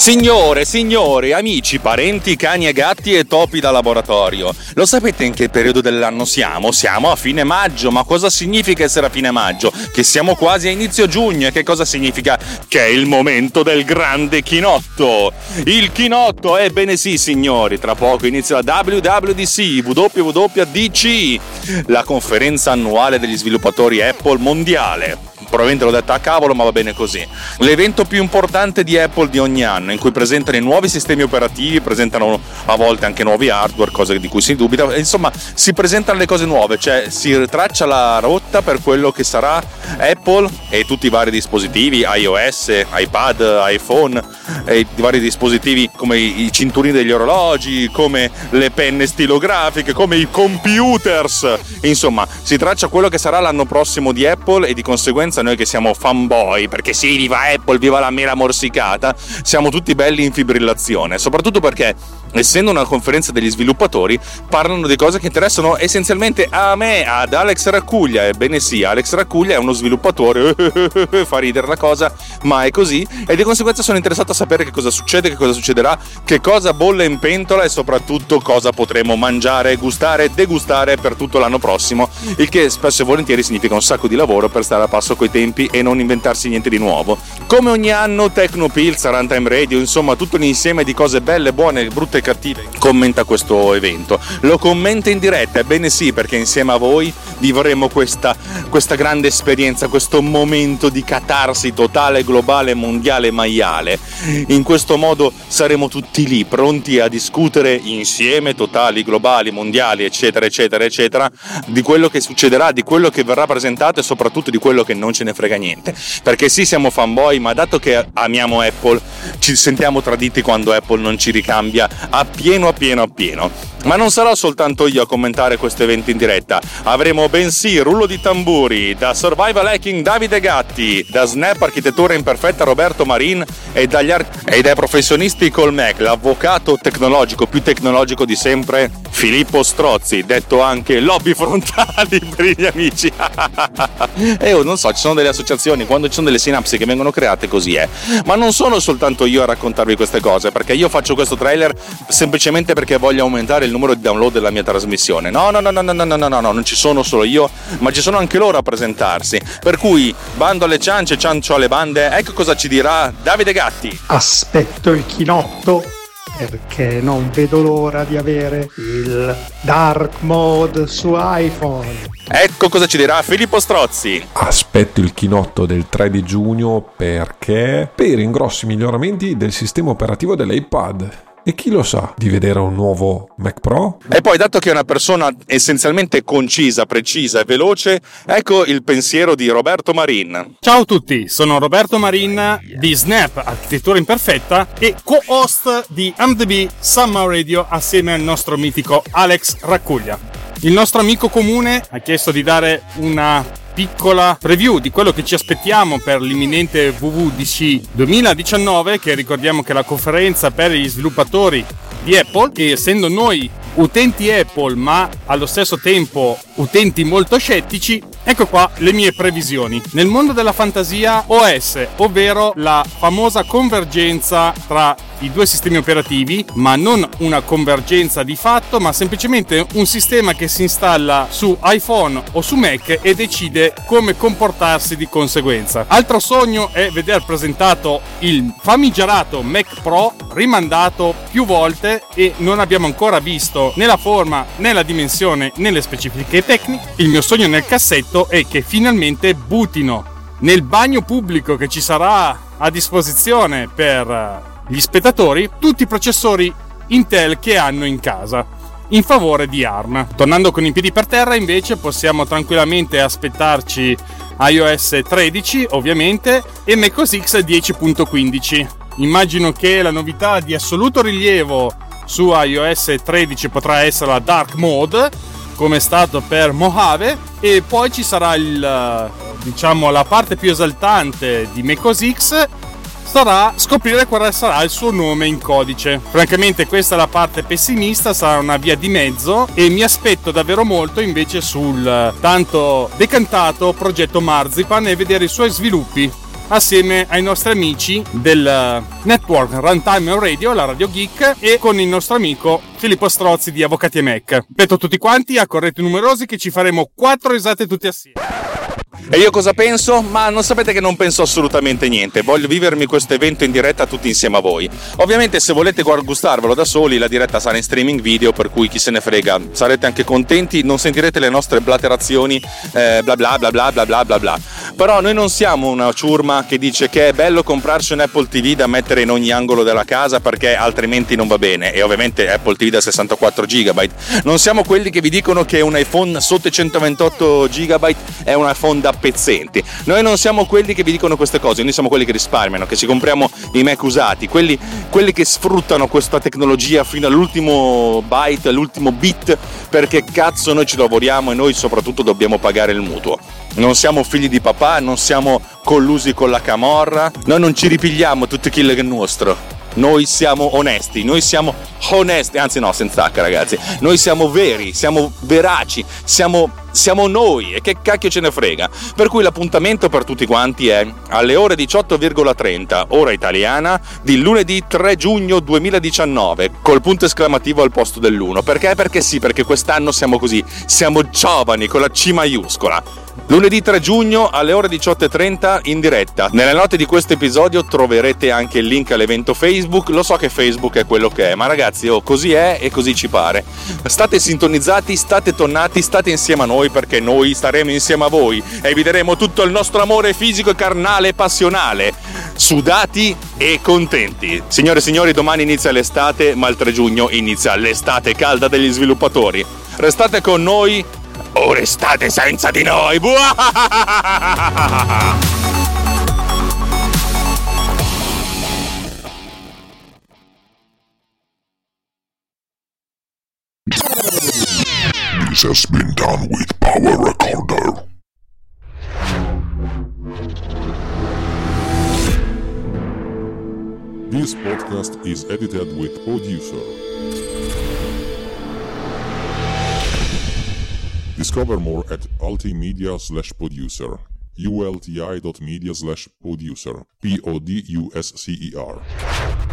Signore, signori, amici, parenti, cani e gatti e topi da laboratorio, lo sapete in che periodo dell'anno siamo? Siamo a fine maggio, ma cosa significa essere a fine maggio? Che siamo quasi a inizio giugno, e che cosa significa? Che è il momento del grande chinotto! Il chinotto, ebbene sì signori, tra poco inizia la WWDC, la conferenza annuale degli sviluppatori Apple mondiale. Probabilmente l'ho detta a cavolo, ma va bene così. L'evento più importante di Apple di ogni anno, in cui presentano i nuovi sistemi operativi, presentano a volte anche nuovi hardware, cose di cui si dubita, insomma si presentano le cose nuove, cioè si traccia la rotta per quello che sarà Apple e tutti i vari dispositivi, iOS, iPad, iPhone, e i vari dispositivi come i cinturini degli orologi, come le penne stilografiche, come i computers, insomma si traccia quello che sarà l'anno prossimo di Apple, e di conseguenza noi che siamo fanboy, perché sì, viva Apple, viva la mela morsicata, siamo tutti belli in fibrillazione, soprattutto perché essendo una conferenza degli sviluppatori parlano di cose che interessano essenzialmente a me, ad Alex Raccuglia. Ebbene sì, Alex Raccuglia è uno sviluppatore, fa ridere la cosa, ma è così, e di conseguenza sono interessato a sapere che cosa succede, che cosa succederà, che cosa bolle in pentola e soprattutto cosa potremo mangiare, gustare, degustare per tutto l'anno prossimo, il che spesso e volentieri significa un sacco di lavoro per stare a passo coi tempi e non inventarsi niente di nuovo. Come ogni anno Tecnopills, Runtime Radio, insomma tutto un insieme di cose belle, buone, brutte e cattive commenta questo evento, lo commenta in diretta, ebbene sì, perché insieme a voi vivremo questa grande esperienza, questo momento di catarsi totale, globale, mondiale, maiale. In questo modo saremo tutti lì pronti a discutere insieme, totali, globali, mondiali, eccetera eccetera eccetera, di quello che succederà, di quello che verrà presentato e soprattutto di quello che non ce ne frega niente, perché sì, siamo fanboy, ma dato che amiamo Apple ci sentiamo traditi quando Apple non ci ricambia appieno. Ma non sarò soltanto io a commentare questo evento in diretta, avremo bensì rullo di tamburi da Survival Hacking Davide Gatti, da Snap Architettura Imperfetta Roberto Marin e dai professionisti col Mac, l'avvocato tecnologico più tecnologico di sempre Filippo Strozzi, detto anche Lobby Frontali per gli amici. E non so, ci sono delle associazioni, quando ci sono delle sinapsi che vengono create così è, ma non sono soltanto io a raccontarvi queste cose, perché io faccio questo trailer semplicemente perché voglio aumentare il numero di download della mia trasmissione. No, non ci sono solo io, ma ci sono anche loro a presentarsi, per cui bando alle ciance, ciancio alle bande. Ecco cosa ci dirà Davide Gatti. Aspetto il chinotto perché non vedo l'ora di avere il dark mode su iPhone. Ecco cosa ci dirà Filippo Strozzi. Aspetto il chinotto del 3 di giugno perché per i grossi miglioramenti del sistema operativo dell'iPad. E chi lo sa di vedere un nuovo Mac Pro? E poi, dato che è una persona essenzialmente concisa, precisa e veloce, ecco il pensiero di Roberto Marin. Ciao a tutti, sono Roberto Marin di Snap Architettura Imperfetta e co-host di MDB Summer Radio assieme al nostro mitico Alex Raccuglia. Il nostro amico comune ha chiesto di dare una piccola preview di quello che ci aspettiamo per l'imminente WWDC 2019, che ricordiamo che è la conferenza per gli sviluppatori di Apple, e essendo noi utenti Apple ma allo stesso tempo utenti molto scettici, ecco qua le mie previsioni. Nel mondo della fantasia OS, ovvero la famosa convergenza tra i due sistemi operativi, ma non una convergenza di fatto, ma semplicemente un sistema che si installa su iPhone o su Mac e decide come comportarsi di conseguenza. Altro sogno è veder presentato il famigerato Mac Pro, rimandato più volte e non abbiamo ancora visto né la forma né la dimensione né le specifiche tecniche. Il mio sogno nel cassetto è che finalmente buttino nel bagno pubblico che ci sarà a disposizione per gli spettatori tutti i processori Intel che hanno in casa in favore di ARM. Tornando con i piedi per terra, invece, possiamo tranquillamente aspettarci iOS 13 ovviamente e macOS X 10.15. Immagino che la novità di assoluto rilievo su iOS 13 potrà essere la Dark Mode, come è stato per Mojave, e poi ci sarà la parte più esaltante di macOS X sarà scoprire quale sarà il suo nome in codice. Francamente questa è la parte pessimista, sarà una via di mezzo e mi aspetto davvero molto invece sul tanto decantato progetto Marzipan e vedere i suoi sviluppi assieme ai nostri amici del network Runtime Radio, la Radio Geek, e con il nostro amico Filippo Strozzi di Avvocati e Mac. Ripeto tutti quanti a corretti numerosi che ci faremo 4 risate tutti assieme. E io cosa penso? Ma non sapete che non penso assolutamente niente. Voglio vivermi questo evento in diretta tutti insieme a voi. Ovviamente se volete gustarvelo da soli, la diretta sarà in streaming video, per cui chi se ne frega, sarete anche contenti, non sentirete le nostre blaterazioni bla bla bla bla bla bla bla bla. Però noi non siamo una ciurma che dice che è bello comprarsi un Apple TV da mettere in ogni angolo della casa perché altrimenti non va bene, e ovviamente Apple TV da 64 GB. Non siamo quelli che vi dicono che un iPhone sotto i 128 GB è un iPhone da pezzenti. Noi non siamo quelli che vi dicono queste cose, noi siamo quelli che risparmiano, che ci compriamo i Mac usati, quelli che sfruttano questa tecnologia fino all'ultimo byte, all'ultimo bit, perché cazzo noi ci lavoriamo e noi soprattutto dobbiamo pagare il mutuo. Non siamo figli di papà, non siamo collusi con la camorra, noi non ci ripigliamo tutto quello che è nostro. Noi siamo onesti, anzi no, senza H ragazzi, noi siamo veri, siamo veraci, siamo noi, e che cacchio ce ne frega. Per cui l'appuntamento per tutti quanti è alle ore 18,30 ora italiana di lunedì 3 giugno 2019 col punto esclamativo al posto dell'1. Perché? Perché sì, perché quest'anno siamo così, siamo giovani con la C maiuscola. Lunedì 3 giugno alle ore 18:30 in diretta. Nelle note di questo episodio troverete anche il link all'evento Facebook. Lo so che Facebook è quello che è, ma ragazzi, così è e così ci pare. State sintonizzati, state tonnati, state insieme a noi, perché noi staremo insieme a voi e vi daremo tutto il nostro amore fisico e carnale e passionale, sudati e contenti. Signore e signori, domani inizia l'estate, ma il 3 giugno inizia l'estate calda degli sviluppatori. Restate con noi o restate senza di noi. This has been done with Power Recorder. This podcast is edited with Producer. Discover more at ultimedia/producer, ulti.media/producer, PODUSCER.